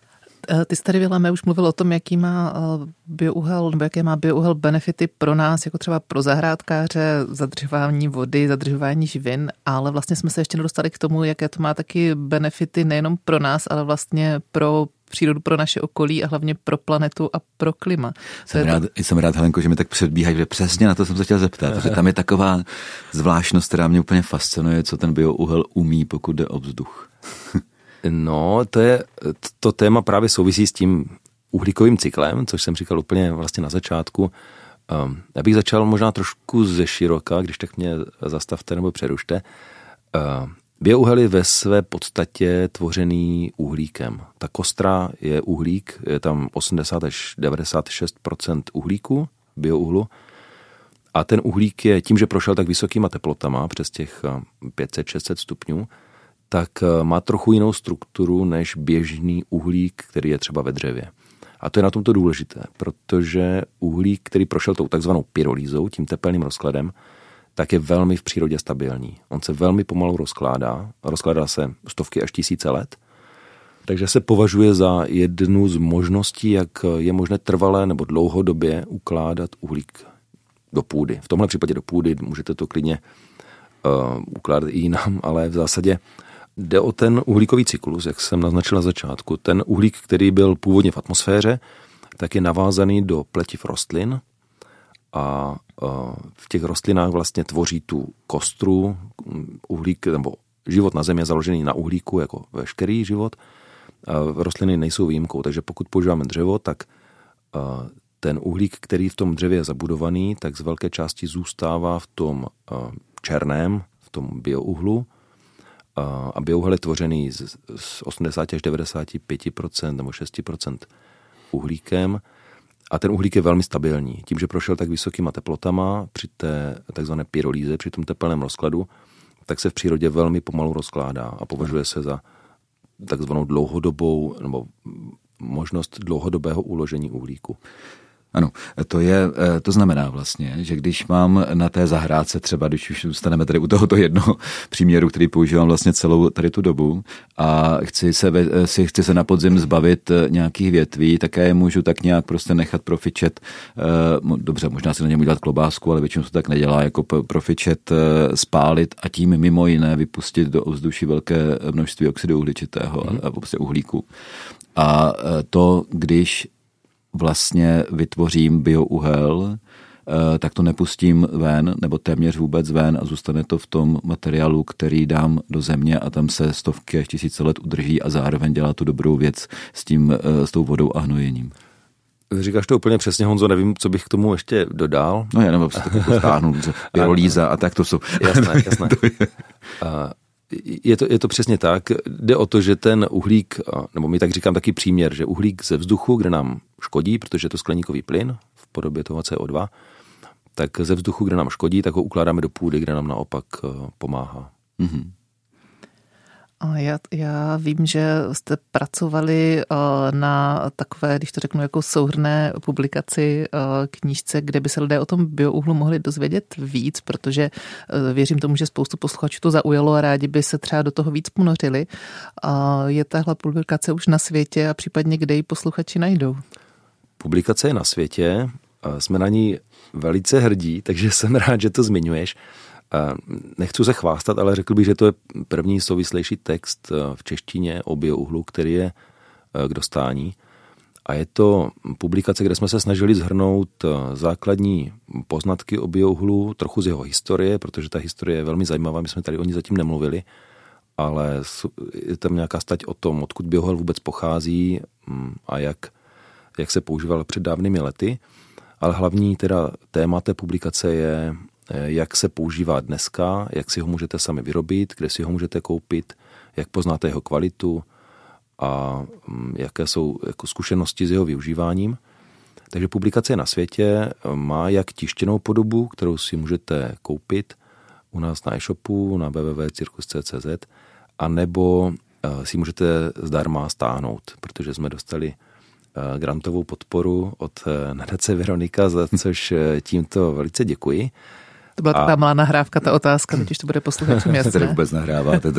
Ty jsi tady, Viléme, už mluvil o tom, jaký má biouhel, nebo jaké má biouhel benefity pro nás, jako třeba pro zahrádkáře, zadržování vody, zadržování živin, ale vlastně jsme se ještě nedostali k tomu, jaké to má taky benefity nejenom pro nás, ale vlastně pro přírodu, pro naše okolí a hlavně pro planetu a pro klima. Jsem rád, Helenko, že mi tak předbíhají, že přesně na to jsem se chtěl zeptat, že tam je taková zvláštnost, která mě úplně fascinuje, co ten biouhel umí, pokud jde o vzduch. No, to téma právě souvisí s tím uhlíkovým cyklem, což jsem říkal úplně vlastně na začátku. Já bych začal možná trošku ze široka, když tak mě zastavte nebo přerušte. Biouhel je ve své podstatě tvořený uhlíkem. Ta kostra je uhlík, je tam 80 až 96% uhlíku, biouhlu. A ten uhlík je tím, že prošel tak vysokýma teplotama přes těch 500-600 stupňů, tak má trochu jinou strukturu než běžný uhlík, který je třeba ve dřevě. A to je na tomto důležité, protože uhlík, který prošel tou takzvanou pyrolýzou, tím tepelným rozkladem, tak je velmi v přírodě stabilní. On se velmi pomalu rozkládá se stovky až tisíce let, takže se považuje za jednu z možností, jak je možné trvalé nebo dlouhodobě ukládat uhlík do půdy. V tomhle případě do půdy, můžete to klidně ukládat i jinam, ale v zásadě jde o ten uhlíkový cyklus, jak jsem naznačil na začátku. Ten uhlík, který byl původně v atmosféře, tak je navázaný do pletiv rostlin a v těch rostlinách vlastně tvoří tu kostru. Uhlík, nebo život na Zemi je založený na uhlíku, jako veškerý život. Rostliny nejsou výjimkou, takže pokud používáme dřevo, tak ten uhlík, který v tom dřevě je zabudovaný, tak z velké části zůstává v tom černém, v tom biouhlu. A biouhel je tvořený z 80 až 95% nebo 6% uhlíkem. A ten uhlík je velmi stabilní. Tím, že prošel tak vysokýma teplotama při té takzvané pyrolýze, při tom tepelném rozkladu, tak se v přírodě velmi pomalu rozkládá a považuje se za takzvanou dlouhodobou nebo možnost dlouhodobého uložení uhlíku. Ano, to znamená vlastně, že když mám na té zahrádce třeba, když už zůstaneme tady u tohoto jednoho příměru, který používám vlastně celou tady tu dobu a chci se na podzim zbavit nějakých větví, tak já je můžu tak nějak prostě nechat profičet, dobře, možná si na něm udělat klobásku, ale většinou se tak nedělá, jako profičet, spálit a tím mimo jiné vypustit do ovzduší velké množství oxidu uhličitého a prostě uhlíku. A to, když vlastně vytvořím biouhel, tak to nepustím ven, nebo téměř vůbec ven a zůstane to v tom materiálu, který dám do země a tam se stovky až tisíce let udrží a zároveň dělá tu dobrou věc s tou vodou a hnojením. Říkáš to úplně přesně, Honzo, nevím, co bych k tomu ještě dodal. No já nebo se tak jako stáhnu, pyrolíza a tak to jsou. Jasné. Je to přesně tak. Jde o to, že ten uhlík, nebo my tak říkám taky příměr, že uhlík ze vzduchu, kde nám škodí, protože je to skleníkový plyn v podobě toho CO2, tak ze vzduchu, kde nám škodí, tak ho ukládáme do půdy, kde nám naopak pomáhá. Mm-hmm. Já vím, že jste pracovali na takové, když to řeknu, jako souhrnné publikaci knížce, kde by se lidé o tom biouhlu mohli dozvědět víc, protože věřím tomu, že spoustu posluchačů to zaujalo a rádi by se třeba do toho víc ponořili. Je tahle publikace už na světě a případně kde ji posluchači najdou? Publikace je na světě, jsme na ní velice hrdí, takže jsem rád, že to zmiňuješ. Nechci se chvástat, ale řekl bych, že to je první souvislejší text v češtině o biouhlu, který je k dostání. A je to publikace, kde jsme se snažili shrnout základní poznatky o biouhlu, trochu z jeho historie, protože ta historie je velmi zajímavá, my jsme tady o ní zatím nemluvili, ale je tam nějaká stať o tom, odkud biouhel vůbec pochází a jak se používal před dávnými lety. Ale hlavní teda téma té publikace je, jak se používá dneska, jak si ho můžete sami vyrobit, kde si ho můžete koupit, jak poznáte jeho kvalitu a jaké jsou jako zkušenosti s jeho využíváním. Takže publikace je na světě, má jak tištěnou podobu, kterou si můžete koupit u nás na e-shopu, na www.cirkus.cz, a nebo si můžete zdarma stáhnout, protože jsme dostali grantovou podporu od nadace Veronika, za což tímto velice děkuji. To byla taková malá nahrávka, ta otázka, teď už to bude posluchačům jasné. Tady vůbec nahráváte.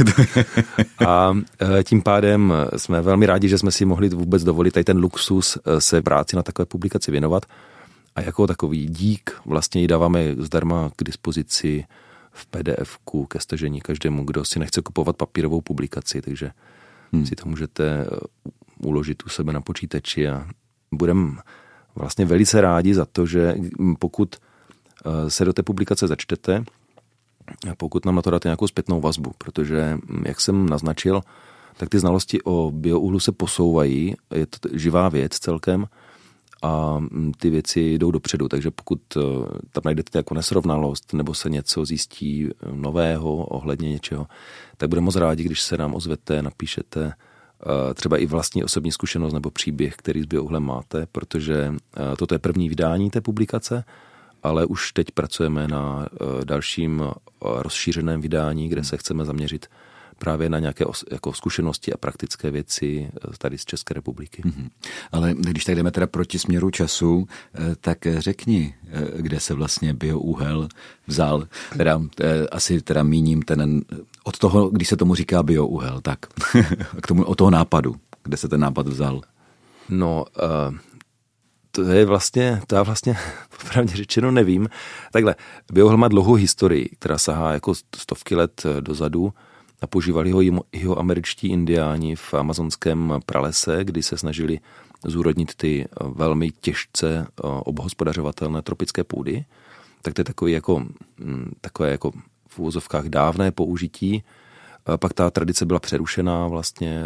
A tím pádem jsme velmi rádi, že jsme si mohli vůbec dovolit tady ten luxus se práci na takové publikaci věnovat. A jako takový dík vlastně ji dáváme zdarma k dispozici v PDF-ku ke stažení každému, kdo si nechce kupovat papírovou publikaci, takže si to můžete uložit u sebe na počítači a budeme vlastně velice rádi za to, že pokud se do té publikace začtete, pokud nám na to dáte nějakou zpětnou vazbu, protože, jak jsem naznačil, tak ty znalosti o biouhlu se posouvají, je to živá věc celkem a ty věci jdou dopředu, takže pokud tam najdete jako nesrovnalost nebo se něco zjistí nového ohledně něčeho, tak budeme moc rádi, když se nám ozvete, napíšete třeba i vlastní osobní zkušenost nebo příběh, který s biouhlem máte, protože toto je první vydání té publikace, ale už teď pracujeme na dalším rozšířeném vydání, kde se chceme zaměřit právě na nějaké jako zkušenosti a praktické věci tady z České republiky. Ale když tak jdeme teda proti směru času, tak řekni, kde se vlastně biouhel vzal. Asi míním od toho, když se tomu říká biouhel, tak od toho nápadu, kde se ten nápad vzal. No, já vlastně popravdě řečeno nevím. Takhle, biouhel má dlouhou historii, která sahá jako stovky let dozadu a používali ho jihoameričtí indiáni v amazonském pralese, kdy se snažili zúrodnit ty velmi těžce obhospodařovatelné tropické půdy. Tak to je takové jako v uvozovkách dávné použití. Pak ta tradice byla přerušená, vlastně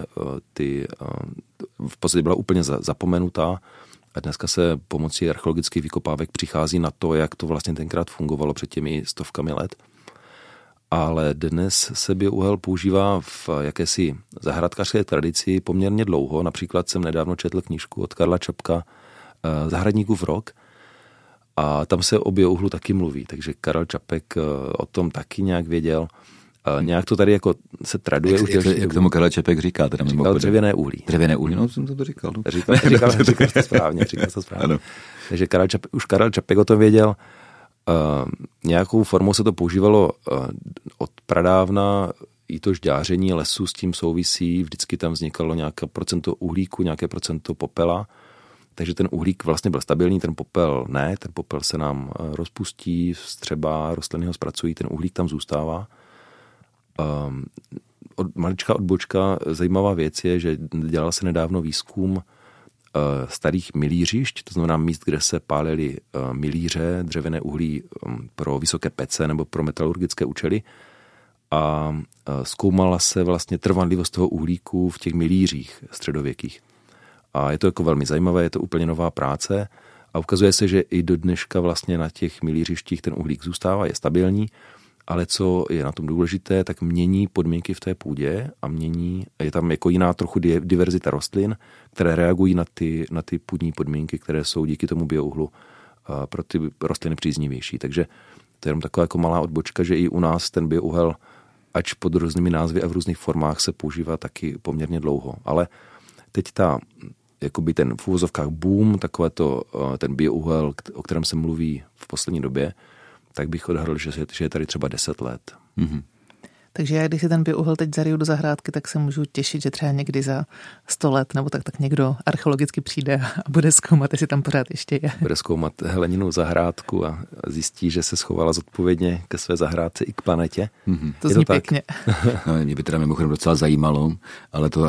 v podstatě byla úplně zapomenutá. A dneska se pomocí archeologických vykopávek přichází na to, jak to vlastně tenkrát fungovalo před těmi stovkami let. Ale dnes se biouhel používá v jakési zahrádkářské tradici poměrně dlouho. Například jsem nedávno četl knížku od Karla Čapka Zahradníkův rok a tam se o biouhlu taky mluví, takže Karel Čapek o tom taky nějak věděl Nějak to tady jako se traduje. Jak tomu Karel Čapek říká? Teda říkal dřevěné uhlí. Dřevěné uhlí, no jsem to říkal. No. Říkal to správně. Ano. Takže už Karel Čapek o tom věděl. Nějakou formou se to používalo od pradávna, i to žďáření lesů s tím souvisí, vždycky tam vznikalo nějaké procento uhlíku, nějaké procento popela, takže ten uhlík vlastně byl stabilní, ten popel ne, ten popel se nám rozpustí, vstřebá, rostliny ho zpracují, ten uhlík tam zůstává. Maličká odbočka, zajímavá věc je, že dělal se nedávno výzkum starých milířišť, to znamená míst, kde se pálily milíře, dřevěné uhlí pro vysoké pece nebo pro metalurgické účely a zkoumala se vlastně trvanlivost toho uhlíku v těch milířích středověkých. A je to jako velmi zajímavé, je to úplně nová práce a ukazuje se, že i do dneška vlastně na těch milířištích ten uhlík zůstává, je stabilní, ale co je na tom důležité, tak mění podmínky v té půdě a je tam jako jiná trochu diverzita rostlin, které reagují na ty půdní podmínky, které jsou díky tomu biouhlu pro ty rostliny příznivější. Takže to je jenom taková jako malá odbočka, že i u nás ten biouhel, ač pod různými názvy a v různých formách, se používá taky poměrně dlouho. Ale teď jakoby ten v uvozovkách boom, ten biouhel, o kterém se mluví v poslední době, tak bych odhadl, že je tady třeba 10 let. Mm-hmm. Takže já, když si ten biouhel teď zariju do zahrádky, tak se můžu těšit, že třeba někdy za 100 let nebo tak někdo archeologicky přijde a bude zkoumat, jestli tam pořád ještě je. Bude zkoumat Heleninu zahrádku a zjistí, že se schovala zodpovědně ke své zahrádce i k planetě. Mm-hmm. To zní pěkně. No, mě by teda mimochodem docela zajímalo, ale to,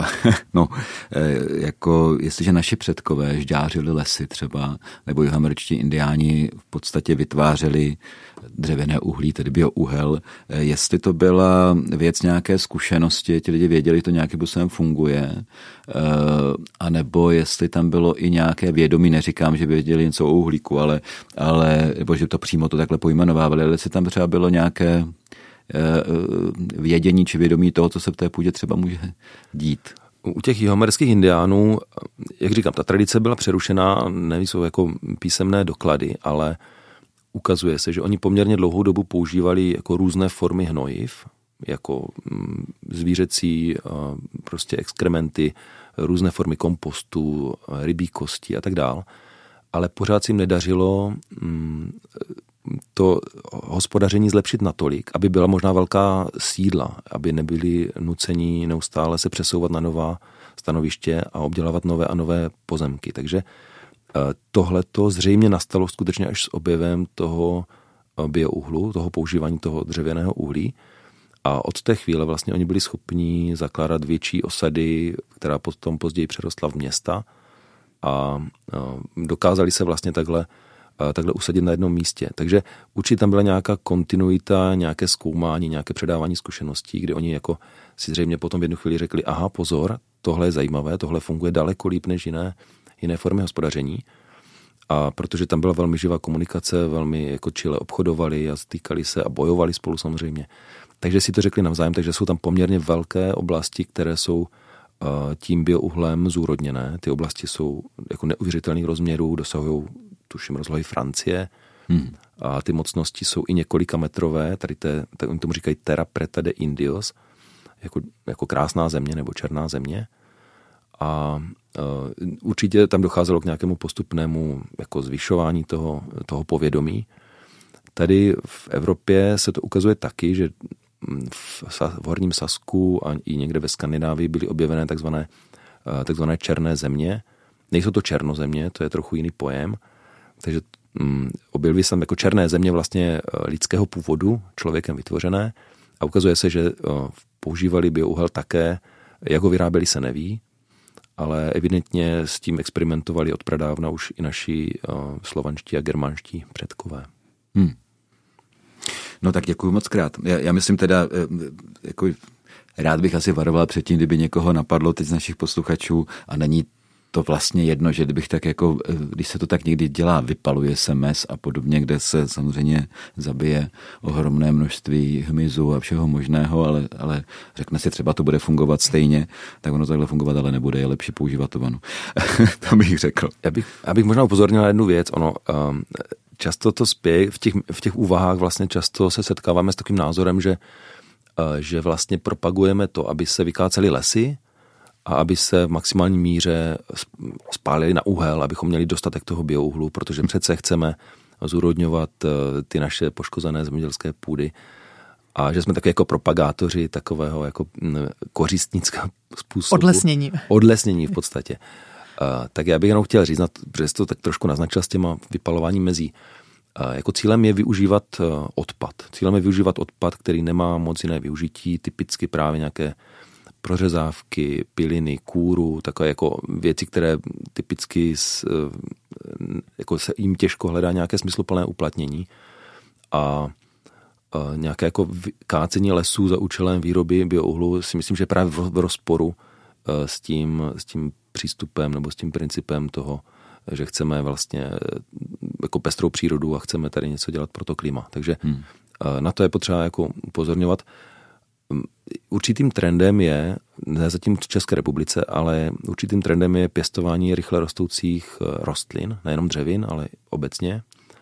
jako jestliže naši předkové žďářili lesy třeba, nebo jihoameričtí indiáni v podstatě vytvářeli dřevěné uhlí, tedy biouhel, jestli to byla věc nějaké zkušenosti, ti lidi věděli, že to nějakým způsobem funguje, anebo jestli tam bylo i nějaké vědomí, neříkám, že věděli něco o uhlíku, ale nebo že to přímo to takhle pojmenovávali, ale jestli tam třeba bylo nějaké vědění či vědomí toho, co se v té půdě třeba může dít. U těch jihoamerických indiánů, jak říkám, ta tradice byla přerušená, nejsou jako písemné doklady, ale ukazuje se, že oni poměrně dlouhou dobu používali jako různé formy hnojiv, jako zvířecí prostě exkrementy, různé formy kompostu, rybí kosti a tak dál. Ale pořád si jim nedařilo to hospodaření zlepšit natolik, aby byla možná velká sídla, aby nebyli nuceni neustále se přesouvat na nová stanoviště a obdělávat nové a nové pozemky. Takže tohleto zřejmě nastalo skutečně až s objevem toho biouhlu, toho používání toho dřevěného uhlí. A od té chvíle vlastně oni byli schopni zakládat větší osady, která potom později přerostla v města a dokázali se vlastně takhle usadit na jednom místě. Takže určitě tam byla nějaká kontinuita, nějaké zkoumání, nějaké předávání zkušeností, kde oni jako si zřejmě potom v jednu chvíli řekli, aha, pozor, tohle je zajímavé, tohle funguje daleko líp než jiné formy hospodaření. A protože tam byla velmi živá komunikace, velmi jako čile obchodovali a stýkali se a bojovali spolu samozřejmě. Takže si to řekli navzájem, takže jsou tam poměrně velké oblasti, které jsou tím biouhlem zúrodněné. Ty oblasti jsou jako neuvěřitelných rozměrů, dosahují, tuším, rozlohy Francie. A ty mocnosti jsou i několika metrové, tady oni tomu říkají Terra Preta de Indios, jako krásná země nebo černá země. A určitě tam docházelo k nějakému postupnému jako zvyšování toho povědomí. Tady v Evropě se to ukazuje taky, že v Horním Sasku a i někde ve Skandinávii byly objevené takzvané černé země. Nejsou to černozemě, to je trochu jiný pojem. Takže objevily se tam jako černé země vlastně lidského původu, člověkem vytvořené. A ukazuje se, že používali biouhel také, jak ho vyráběli, se neví, ale evidentně s tím experimentovali od pradávna už i naši slovanští a germánští předkové. No tak děkuji moc krát. Já myslím teda, jako rád bych asi varoval před tím, kdyby někoho napadlo teď z našich posluchačů a není to vlastně jedno, že kdybych tak jako, když se to tak někdy dělá, vypaluje se mes a podobně, kde se samozřejmě zabije ohromné množství hmyzu a všeho možného, ale řekne si třeba to bude fungovat stejně, tak ono takhle fungovat ale nebude, je lepší používat to vanu. To bych řekl. Já bych možná upozornil na jednu věc, často to spěje, v těch úvahách vlastně často se setkáváme s takovým názorem, že že vlastně propagujeme to, aby se vykácely lesy a aby se v maximální míře spálili na uhel, abychom měli dostatek toho biouhlu, protože přece chceme zúrodňovat ty naše poškozené zemědělské půdy a že jsme taky jako propagátoři takového jako kořistnického způsobu. Odlesnění v podstatě. Tak já bych jenom chtěl říct, protože jsi to tak trošku naznačil s těma vypalováním mezí. Jako cílem je využívat odpad. Cílem je využívat odpad, který nemá moc jiné využití, typicky právě nějaké prořezávky, piliny, kůru, takové jako věci, které typicky jako se jim těžko hledá nějaké smysluplné uplatnění. A nějaké jako kácení lesů za účelem výroby biouhlu si myslím, že je právě v rozporu s tím přístupem nebo s tím principem toho, že chceme vlastně jako pestrou přírodu a chceme tady něco dělat pro to klima. Takže na to je potřeba jako upozorňovat. Určitým trendem je, ne zatím v České republice, ale určitým trendem je pěstování rychle rostoucích rostlin, nejenom dřevin, ale obecně,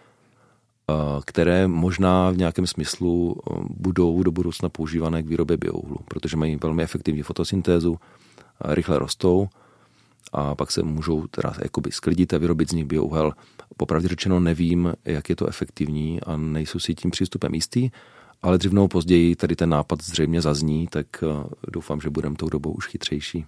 které možná v nějakém smyslu budou do budoucna používané k výrobě biouhlu, protože mají velmi efektivní fotosyntézu, rychle rostou a pak se můžou teda jakoby sklidit a vyrobit z nich biouhel. Popravdě řečeno nevím, jak je to efektivní a nejsou si tím přístupem jistý, ale dřív nebo později tady ten nápad zřejmě zazní, tak doufám, že budeme tou dobou už chytřejší.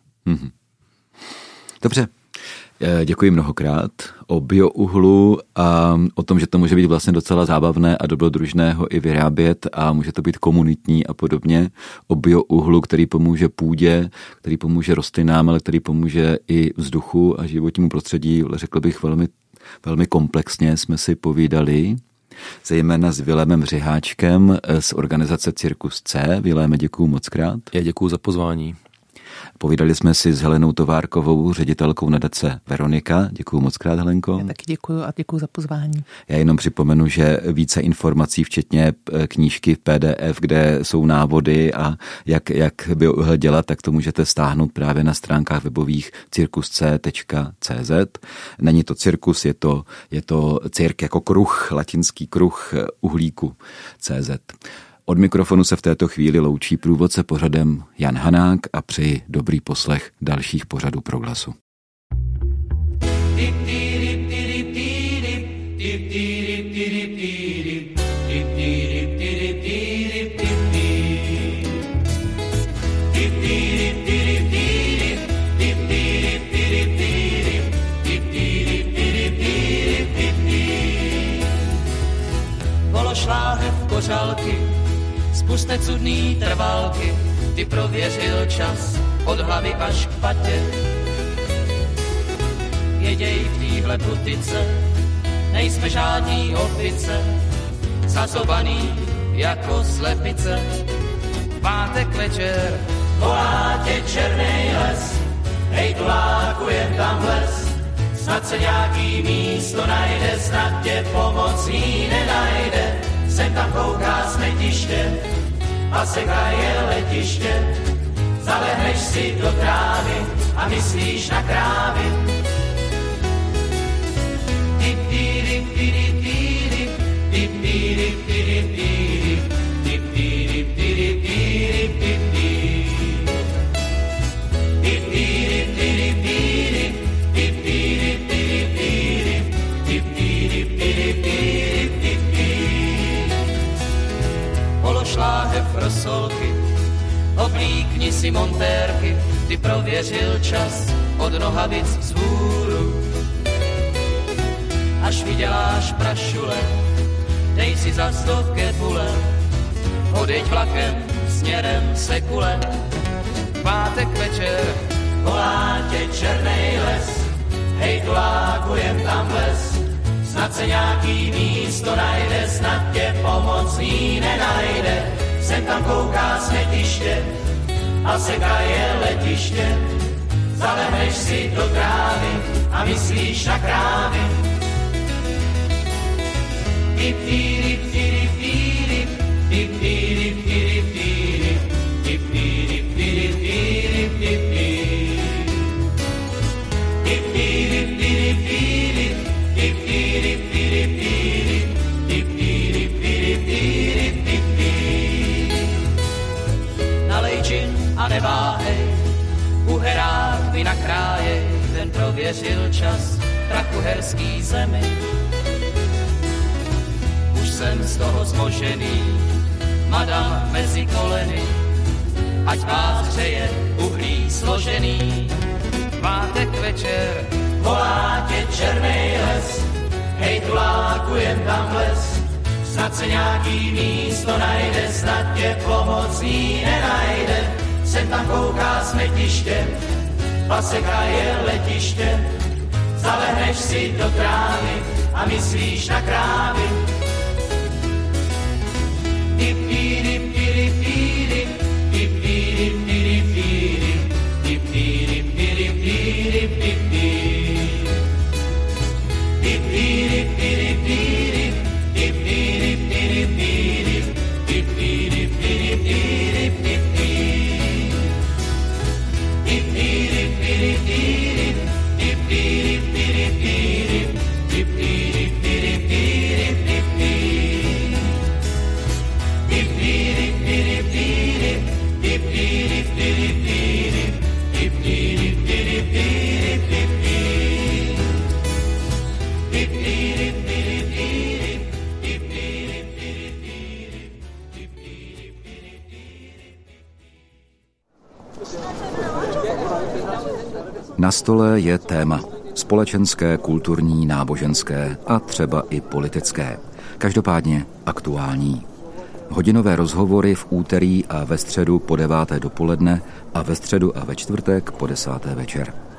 Dobře. Děkuji mnohokrát o biouhlu a o tom, že to může být vlastně docela zábavné a dobrodružného i vyrábět a může to být komunitní a podobně. O biouhlu, který pomůže půdě, který pomůže rostlinám, ale který pomůže i vzduchu a životnímu prostředí, řekl bych velmi, velmi komplexně jsme si povídali, zejména s Vilémem Řiháčkem z organizace Cirkus C. Viléme, děkuju moc krát. Já děkuju za pozvání. Povídali jsme si s Helenou Továrkovou, ředitelkou nadace Veronika. Děkuju moc krát, Helenko. Já taky děkuju a děkuju za pozvání. Já jenom připomenu, že více informací, včetně knížky v PDF, kde jsou návody a jak biouhl dělat, tak to můžete stáhnout právě na stránkách webových cirkusc.cz. Není to cirkus, je to cirk jako kruh, latinský kruh uhlíku CZ. Od mikrofonu se v této chvíli loučí průvodce pořadem Jan Hanák a přeji dobrý poslech dalších pořadů Proglasu. Pološláhev kořálky, spuste cudný trvalky, ty prověřil čas od hlavy až k patě. Jeděj v téhle plutice, nejsme žádní opice, zazobaný jako slepice. Pátek večer, volá tě černej les, hej tuláku, jen tam les, snad se nějaký místo najde, snad tě pomocný nenajde. Sem tam kouká smetiště a sekaje letiště. Zalehneš si do trávy a myslíš na krávy. Pološláhev rosolky, oblíkni si montérky, ty prověřil čas od nohavic vzhůru. Až vyděláš prašule, dej si za 100 kepule, odjeď vlakem směrem sekule. Pátek večer, volá tě černej les, hej tuláku, jen tam les, snad se nějaký místo najde, snad tě pomocný nenajde. Sem tam kouká smetiště a sekaje letiště. Zalehneš si do trávy a myslíš na krávy. krakuherský zemi. Už jsem z toho zmožený, madam mezi koleny, ať vás hřeje uhlí složený. Pátek večer, volá tě černej les, hej tuláku, jen tam les, snad se nějaký místo najde, snad tě pomocný nenajde. Sem tam kouká smetiště, paseka je letiště, zalehneš si do trávy a myslíš na krávy. Na stole je téma společenské, kulturní, náboženské a třeba i politické. Každopádně aktuální. Hodinové rozhovory v úterý a ve středu po 9. dopoledne a ve středu a ve čtvrtek po 10. večer.